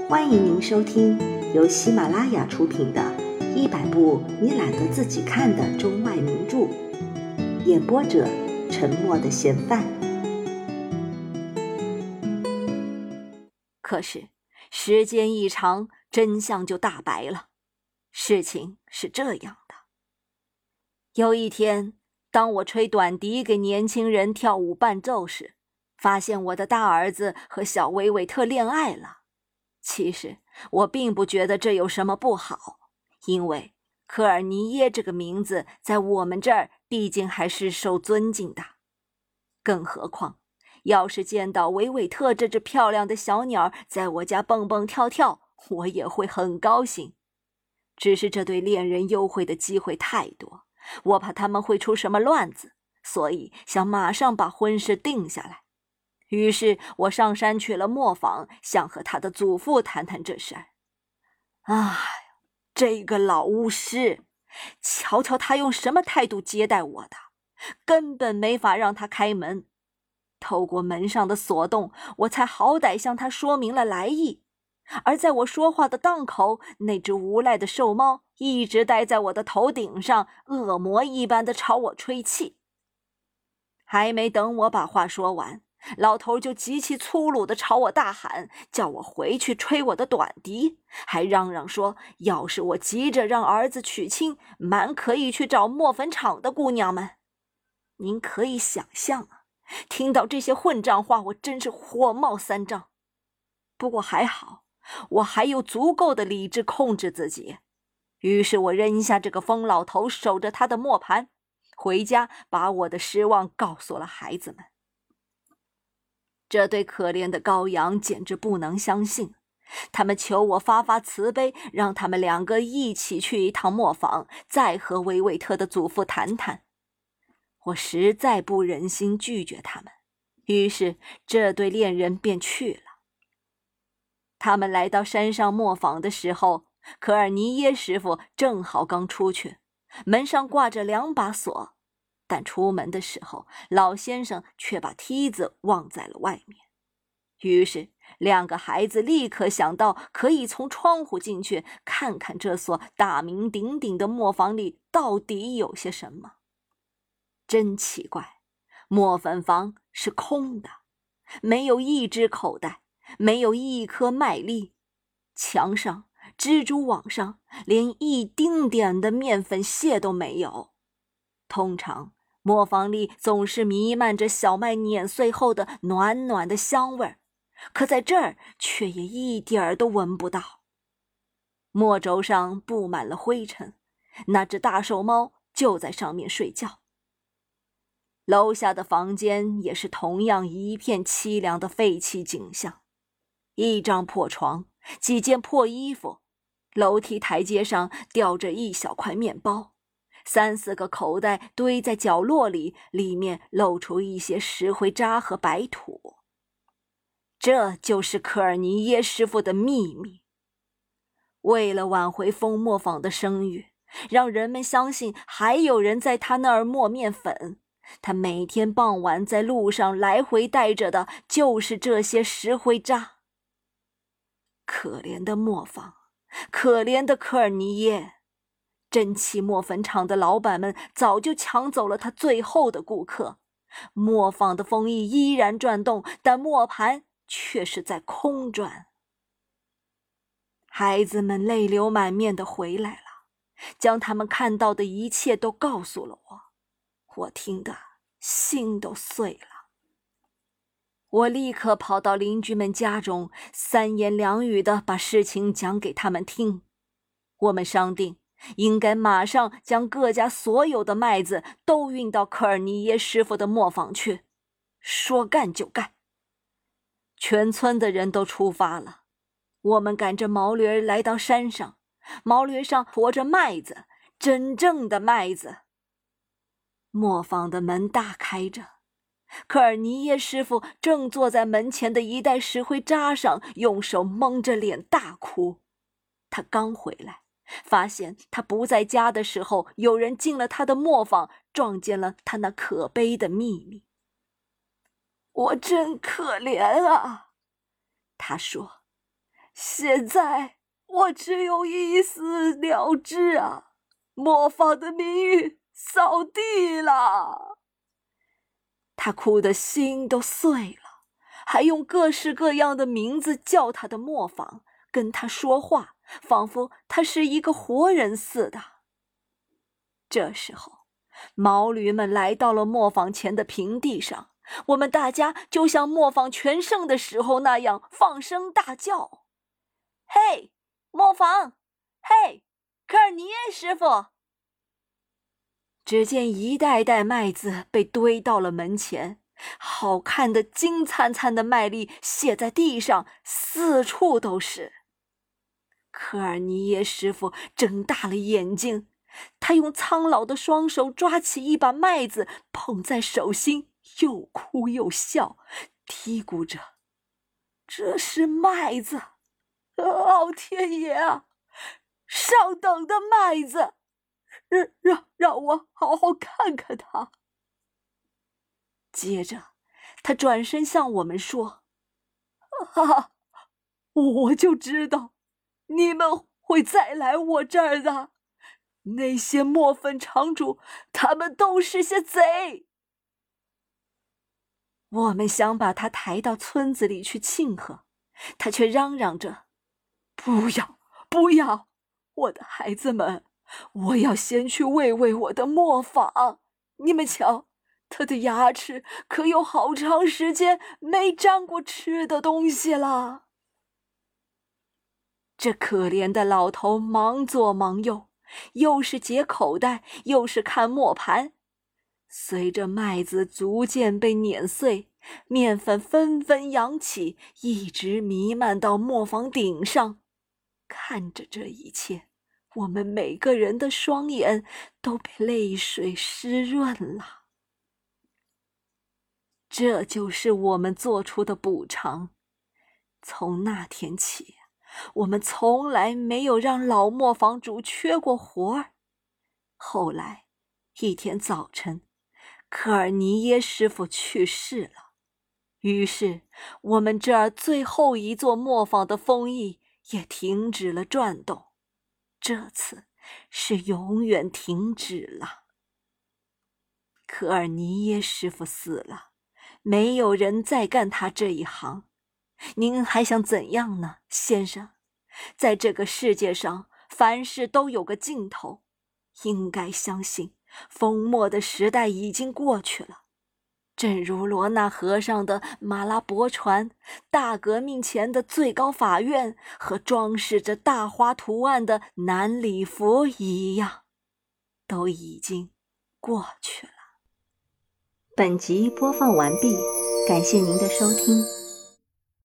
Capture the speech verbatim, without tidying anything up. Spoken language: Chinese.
欢迎您收听由喜马拉雅出品的《一百部你懒得自己看的中外名著》，演播者沉默的嫌犯。 可是时间一长，真相就大白了。事情是这样的，有一天，当我吹短笛给年轻人跳舞伴奏时，发现我的大儿子和小维维特恋爱了。其实我并不觉得这有什么不好，因为科尔尼耶这个名字在我们这儿毕竟还是受尊敬的。更何况要是见到维维特这只漂亮的小鸟在我家蹦蹦跳跳，我也会很高兴。只是这对恋人幽会的机会太多，我怕他们会出什么乱子，所以想马上把婚事定下来。于是我上山去了磨坊，想和他的祖父谈谈这事儿。哎，这个老巫师，瞧瞧他用什么态度接待我的，根本没法让他开门。透过门上的锁洞，我才好歹向他说明了来意。而在我说话的当口，那只无赖的兽猫一直待在我的头顶上，恶魔一般的朝我吹气。还没等我把话说完，老头就极其粗鲁地朝我大喊，叫我回去吹我的短笛，还嚷嚷说要是我急着让儿子娶亲，蛮可以去找磨粉厂的姑娘们。您可以想象啊，听到这些混账话，我真是火冒三丈。不过还好，我还有足够的理智控制自己。于是我扔下这个疯老头，守着他的磨盘，回家把我的失望告诉了孩子们。这对可怜的羔羊简直不能相信，他们求我发发慈悲，让他们两个一起去一趟磨坊，再和维维特的祖父谈谈。我实在不忍心拒绝他们，于是这对恋人便去了。他们来到山上磨坊的时候，科尔尼耶师傅正好刚出去，门上挂着两把锁，但出门的时候，老先生却把梯子忘在了外面。于是两个孩子立刻想到可以从窗户进去看看这所大名鼎鼎的磨坊里到底有些什么。真奇怪，磨粉房是空的，没有一只口袋，没有一颗麦粒，墙上、蜘蛛网上连一丁点的面粉屑都没有。通常磨坊里总是弥漫着小麦碾碎后的暖暖的香味儿，可在这儿却也一点儿都闻不到。磨轴上布满了灰尘，那只大兽猫就在上面睡觉。楼下的房间也是同样一片凄凉的废弃景象，一张破床，几件破衣服，楼梯台阶上吊着一小块面包，三四个口袋堆在角落里，里面露出一些石灰渣和白土。这就是科尔尼耶师傅的秘密。为了挽回疯磨坊的声誉，让人们相信还有人在他那儿磨面粉，他每天傍晚在路上来回带着的就是这些石灰渣。可怜的磨坊，可怜的科尔尼耶，蒸汽磨粉厂的老板们早就抢走了他最后的顾客。磨坊的风翼依然转动，但磨盘却是在空转。孩子们泪流满面地回来了，将他们看到的一切都告诉了我。我听得心都碎了。我立刻跑到邻居们家中，三言两语地把事情讲给他们听。我们商定应该马上将各家所有的麦子都运到科尔尼耶师傅的磨坊去，说干就干。全村的人都出发了，我们赶着毛驴来到山上，毛驴上驮着麦子，真正的麦子。磨坊的门大开着，科尔尼耶师傅正坐在门前的一袋石灰渣上，用手蒙着脸大哭。他刚回来，发现他不在家的时候，有人进了他的磨坊，撞见了他那可悲的秘密。我真可怜啊，他说， 现在我只有一死了之啊！磨坊的名誉扫地了。他哭得心都碎了，还用各式各样的名字叫他的磨坊，跟他说话，仿佛他是一个活人似的。这时候，毛驴们来到了磨坊前的平地上，我们大家就像磨坊全盛的时候那样放声大叫：嘿，磨坊！嘿，科尔尼耶师傅！只见一袋袋麦子被堆到了门前，好看的金灿灿的麦粒泻在地上，四处都是。科尔尼耶师傅睁大了眼睛，他用苍老的双手抓起一把麦子，捧在手心，又哭又笑，嘀咕着：这是麦子，老天爷啊，上等的麦子，让让让我好好看看它。接着他转身向我们说：啊，我就知道你们会再来我这儿的，那些磨坊场主，他们都是些贼。我们想把他抬到村子里去庆贺，他却嚷嚷着：不要，不要，我的孩子们，我要先去喂喂我的磨坊。你们瞧，他的牙齿可有好长时间没沾过吃的东西了。这可怜的老头忙左忙右，又是解口袋，又是看磨盘。随着麦子逐渐被碾碎，面粉纷纷扬起，一直弥漫到磨坊顶上。看着这一切，我们每个人的双眼都被泪水湿润了。这就是我们做出的补偿。从那天起，我们从来没有让老磨坊主缺过活儿。后来一天早晨，科尔尼耶师傅去世了，于是我们这儿最后一座磨坊的风翼也停止了转动，这次是永远停止了。科尔尼耶师傅死了，没有人再干他这一行。您还想怎样呢，先生？在这个世界上，凡事都有个尽头，应该相信封墨的时代已经过去了。正如罗纳河上的马拉伯船，大革命前的最高法院和装饰着大花图案的南礼服一样，都已经过去了。 本集播放完毕，感谢您的收听。